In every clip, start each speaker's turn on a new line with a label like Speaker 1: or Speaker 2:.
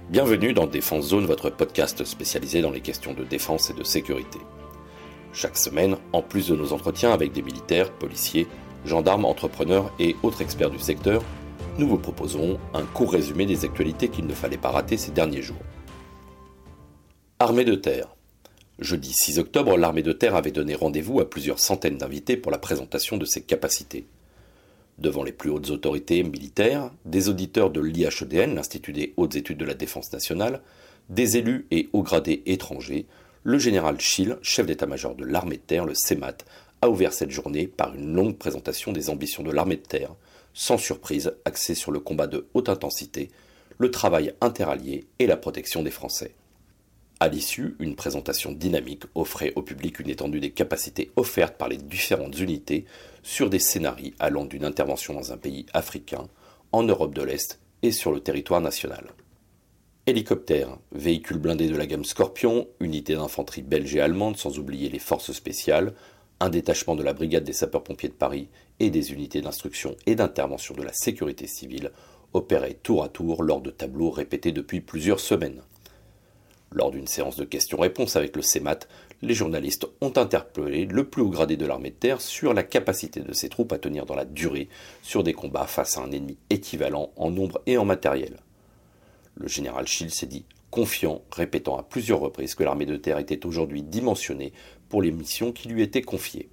Speaker 1: Bienvenue dans Défense Zone, votre podcast spécialisé dans les questions de défense et de sécurité. Chaque semaine, en plus de nos entretiens avec des militaires, policiers, gendarmes, entrepreneurs et autres experts du secteur, nous vous proposons un court résumé des actualités qu'il ne fallait pas rater ces derniers jours. Armée de terre. Jeudi 6 octobre, l'armée de terre avait donné rendez-vous à plusieurs centaines d'invités pour la présentation de ses capacités. Devant les plus hautes autorités militaires, des auditeurs de l'IHEDN, l'Institut des hautes études de la défense nationale, des élus et hauts gradés étrangers, le général Schill, chef d'état-major de l'armée de terre, le CEMAT, a ouvert cette journée par une longue présentation des ambitions de l'armée de terre, sans surprise axée sur le combat de haute intensité, le travail interallié et la protection des Français. À l'issue, une présentation dynamique offrait au public une étendue des capacités offertes par les différentes unités sur des scénarios allant d'une intervention dans un pays africain, en Europe de l'Est et sur le territoire national. Hélicoptères, véhicules blindés de la gamme Scorpion, unités d'infanterie belge et allemande sans oublier les forces spéciales, un détachement de la brigade des sapeurs-pompiers de Paris et des unités d'instruction et d'intervention de la sécurité civile opéraient tour à tour lors de tableaux répétés depuis plusieurs semaines. Lors d'une séance de questions-réponses avec le CEMAT, les journalistes ont interpellé le plus haut gradé de l'armée de terre sur la capacité de ses troupes à tenir dans la durée sur des combats face à un ennemi équivalent en nombre et en matériel. Le général Schill s'est dit confiant, répétant à plusieurs reprises que l'armée de terre était aujourd'hui dimensionnée pour les missions qui lui étaient confiées.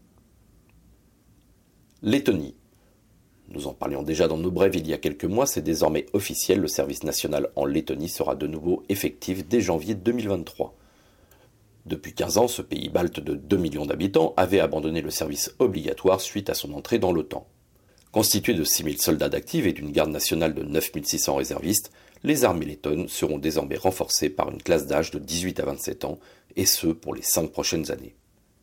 Speaker 1: Lettonie. Nous en parlions déjà dans nos brèves il y a quelques mois, c'est désormais officiel, le service national en Lettonie sera de nouveau effectif dès janvier 2023. Depuis 15 ans, ce pays balte de 2 millions d'habitants avait abandonné le service obligatoire suite à son entrée dans l'OTAN. Constitué de 6 000 soldats d'actifs et d'une garde nationale de 9 600 réservistes, les armées lettonnes seront désormais renforcées par une classe d'âge de 18 à 27 ans, et ce pour les 5 prochaines années.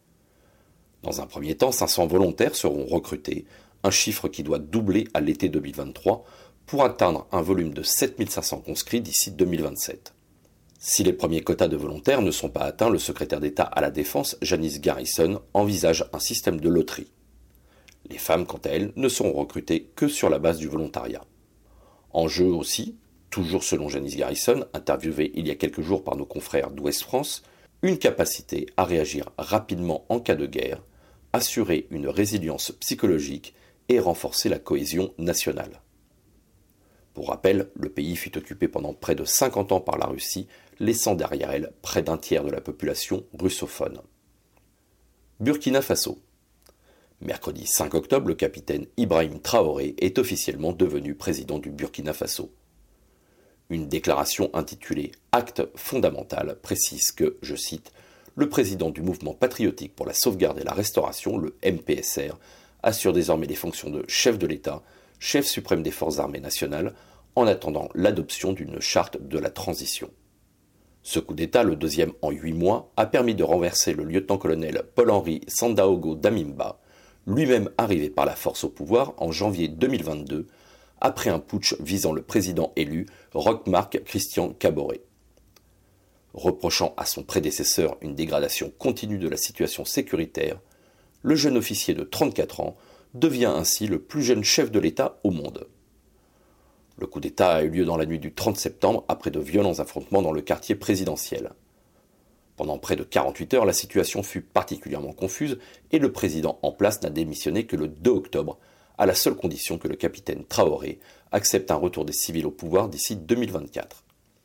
Speaker 1: Dans un premier temps, 500 volontaires seront recrutés, un chiffre qui doit doubler à l'été 2023 pour atteindre un volume de 7 500 conscrits d'ici 2027. Si les premiers quotas de volontaires ne sont pas atteints, le secrétaire d'État à la Défense, Janice Garrison, envisage un système de loterie. Les femmes, quant à elles, ne seront recrutées que sur la base du volontariat. En jeu aussi, toujours selon Janice Garrison, interviewée il y a quelques jours par nos confrères d'Ouest France, une capacité à réagir rapidement en cas de guerre, assurer une résilience psychologique et renforcer la cohésion nationale. Pour rappel, le pays fut occupé pendant près de 50 ans par la Russie, laissant derrière elle près d'un tiers de la population russophone. Burkina Faso. Mercredi 5 octobre, le capitaine Ibrahim Traoré est officiellement devenu président du Burkina Faso. Une déclaration intitulée « Acte fondamental » précise que, je cite, « Le président du mouvement patriotique pour la sauvegarde et la restauration, le MPSR, assure désormais les fonctions de chef de l'État, chef suprême des forces armées nationales, en attendant l'adoption d'une charte de la transition. » Ce coup d'État, le deuxième en 8 mois, a permis de renverser le lieutenant-colonel Paul-Henri Sandaogo Damiba, lui-même arrivé par la force au pouvoir en janvier 2022, après un putsch visant le président élu Roch-Marc Christian Kaboré. Reprochant à son prédécesseur une dégradation continue de la situation sécuritaire, le jeune officier de 34 ans devient ainsi le plus jeune chef de l'État au monde. Le coup d'État a eu lieu dans la nuit du 30 septembre après de violents affrontements dans le quartier présidentiel. Pendant près de 48 heures, la situation fut particulièrement confuse et le président en place n'a démissionné que le 2 octobre, à la seule condition que le capitaine Traoré accepte un retour des civils au pouvoir d'ici 2024.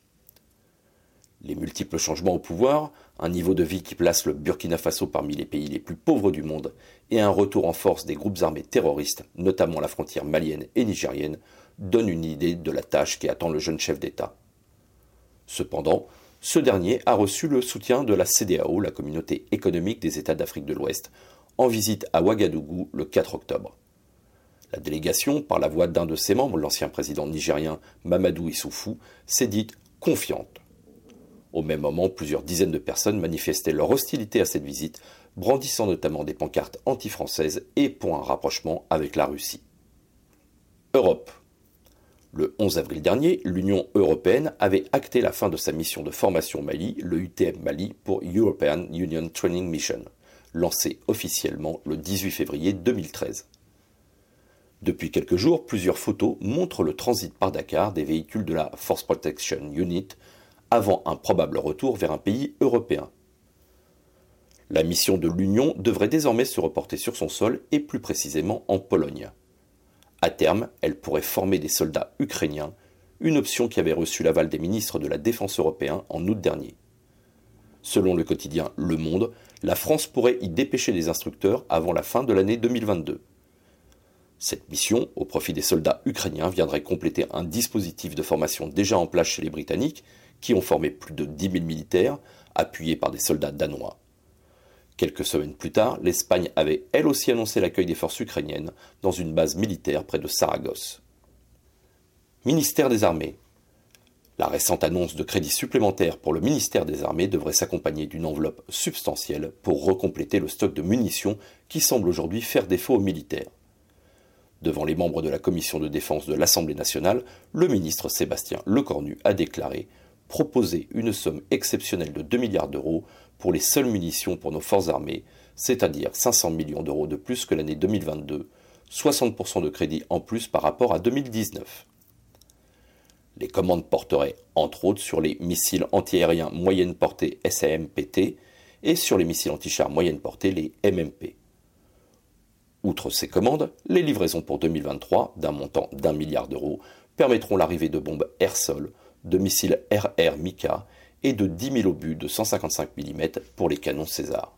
Speaker 1: Les multiples changements au pouvoir, un niveau de vie qui place le Burkina Faso parmi les pays les plus pauvres du monde et un retour en force des groupes armés terroristes, notamment à la frontière malienne et nigérienne, donnent une idée de la tâche qui attend le jeune chef d'État. Cependant, ce dernier a reçu le soutien de la CEDEAO, la communauté économique des États d'Afrique de l'Ouest, en visite à Ouagadougou le 4 octobre. La délégation, par la voix d'un de ses membres, l'ancien président nigérien Mamadou Issoufou, s'est dite confiante. Au même moment, plusieurs dizaines de personnes manifestaient leur hostilité à cette visite, brandissant notamment des pancartes anti-françaises et pour un rapprochement avec la Russie. Europe. Le 11 avril dernier, l'Union européenne avait acté la fin de sa mission de formation au Mali, le UTM Mali, pour European Union Training Mission, lancé officiellement le 18 février 2013. Depuis quelques jours, plusieurs photos montrent le transit par Dakar des véhicules de la Force Protection Unit avant un probable retour vers un pays européen. La mission de l'Union devrait désormais se reporter sur son sol et plus précisément en Pologne. À terme, elle pourrait former des soldats ukrainiens, une option qui avait reçu l'aval des ministres de la Défense européens en août dernier. Selon le quotidien Le Monde, la France pourrait y dépêcher des instructeurs avant la fin de l'année 2022. Cette mission, au profit des soldats ukrainiens, viendrait compléter un dispositif de formation déjà en place chez les Britanniques, qui ont formé plus de 10 000 militaires, appuyés par des soldats danois. Quelques semaines plus tard, l'Espagne avait elle aussi annoncé l'accueil des forces ukrainiennes dans une base militaire près de Saragosse. Ministère des Armées. La récente annonce de crédits supplémentaires pour le ministère des Armées devrait s'accompagner d'une enveloppe substantielle pour recompléter le stock de munitions qui semble aujourd'hui faire défaut aux militaires. Devant les membres de la commission de défense de l'Assemblée nationale, le ministre Sébastien Lecornu a déclaré proposer une somme exceptionnelle de 2 milliards d'euros pour les seules munitions pour nos forces armées, c'est-à-dire 500 millions d'euros de plus que l'année 2022, 60% de crédit en plus par rapport à 2019. Les commandes porteraient entre autres sur les missiles antiaériens moyenne portée SAMPT et sur les missiles antichars moyenne portée, les MMP. Outre ces commandes, les livraisons pour 2023, d'un montant d'1 milliard d'euros, permettront l'arrivée de bombes air-sol, de missiles RR Mika et de 10 000 obus de 155 mm pour les canons César.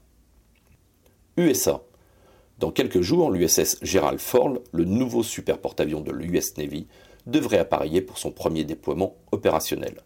Speaker 1: USA. Dans quelques jours, l'USS Gerald Ford, le nouveau super porte-avions de l'US Navy, devrait appareiller pour son premier déploiement opérationnel.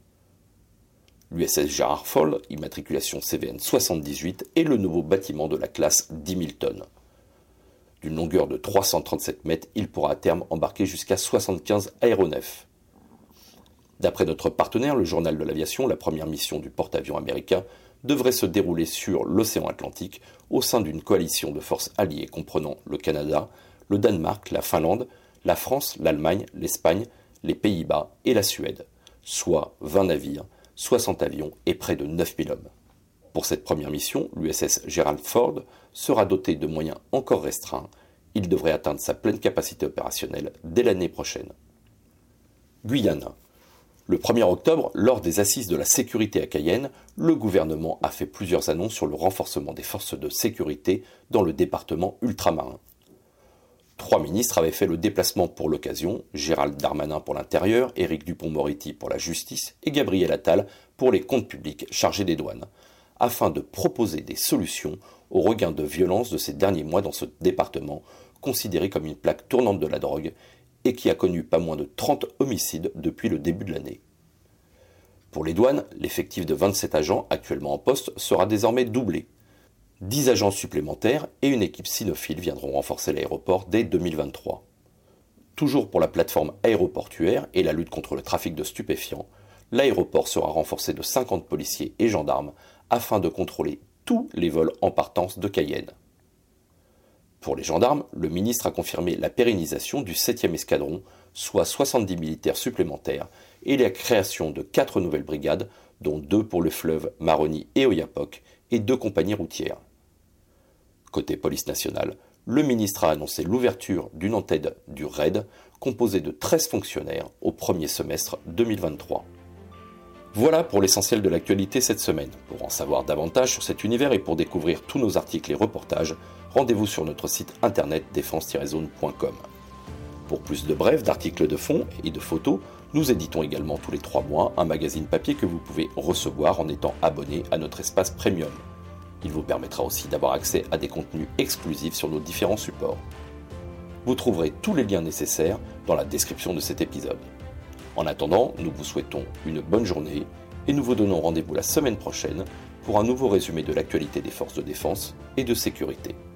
Speaker 1: L'USS Gerald Ford, immatriculation CVN 78, est le nouveau bâtiment de la classe 10 000 tonnes. D'une longueur de 337 mètres, il pourra à terme embarquer jusqu'à 75 aéronefs. D'après notre partenaire, le journal de l'aviation, la première mission du porte-avions américain devrait se dérouler sur l'océan Atlantique au sein d'une coalition de forces alliées comprenant le Canada, le Danemark, la Finlande, la France, l'Allemagne, l'Espagne, les Pays-Bas et la Suède, soit 20 navires, 60 avions et près de 9000 hommes. Pour cette première mission, l'USS Gerald Ford sera doté de moyens encore restreints. Il devrait atteindre sa pleine capacité opérationnelle dès l'année prochaine. Guyane. Le 1er octobre, lors des assises de la sécurité à Cayenne, le gouvernement a fait plusieurs annonces sur le renforcement des forces de sécurité dans le département ultramarin. 3 ministres avaient fait le déplacement pour l'occasion, Gérald Darmanin pour l'Intérieur, Éric Dupond-Moretti pour la Justice et Gabriel Attal pour les comptes publics chargés des douanes, afin de proposer des solutions au regain de violence de ces derniers mois dans ce département, considéré comme une plaque tournante de la drogue, et qui a connu pas moins de 30 homicides depuis le début de l'année. Pour les douanes, l'effectif de 27 agents actuellement en poste sera désormais doublé. 10 agents supplémentaires et une équipe cynophile viendront renforcer l'aéroport dès 2023. Toujours pour la plateforme aéroportuaire et la lutte contre le trafic de stupéfiants, l'aéroport sera renforcé de 50 policiers et gendarmes afin de contrôler tous les vols en partance de Cayenne. Pour les gendarmes, le ministre a confirmé la pérennisation du 7e escadron, soit 70 militaires supplémentaires, et la création de 4 nouvelles brigades, dont 2 pour le fleuve Maroni et Oyapock, et 2 compagnies routières. Côté police nationale, le ministre a annoncé l'ouverture d'une antenne du RAID, composée de 13 fonctionnaires, au premier semestre 2023. Voilà pour l'essentiel de l'actualité cette semaine. Pour en savoir davantage sur cet univers et pour découvrir tous nos articles et reportages, rendez-vous sur notre site internet défense-zone.com. Pour plus de brefs, d'articles de fond et de photos, nous éditons également tous les 3 mois un magazine papier que vous pouvez recevoir en étant abonné à notre espace premium. Il vous permettra aussi d'avoir accès à des contenus exclusifs sur nos différents supports. Vous trouverez tous les liens nécessaires dans la description de cet épisode. En attendant, nous vous souhaitons une bonne journée et nous vous donnons rendez-vous la semaine prochaine pour un nouveau résumé de l'actualité des forces de défense et de sécurité.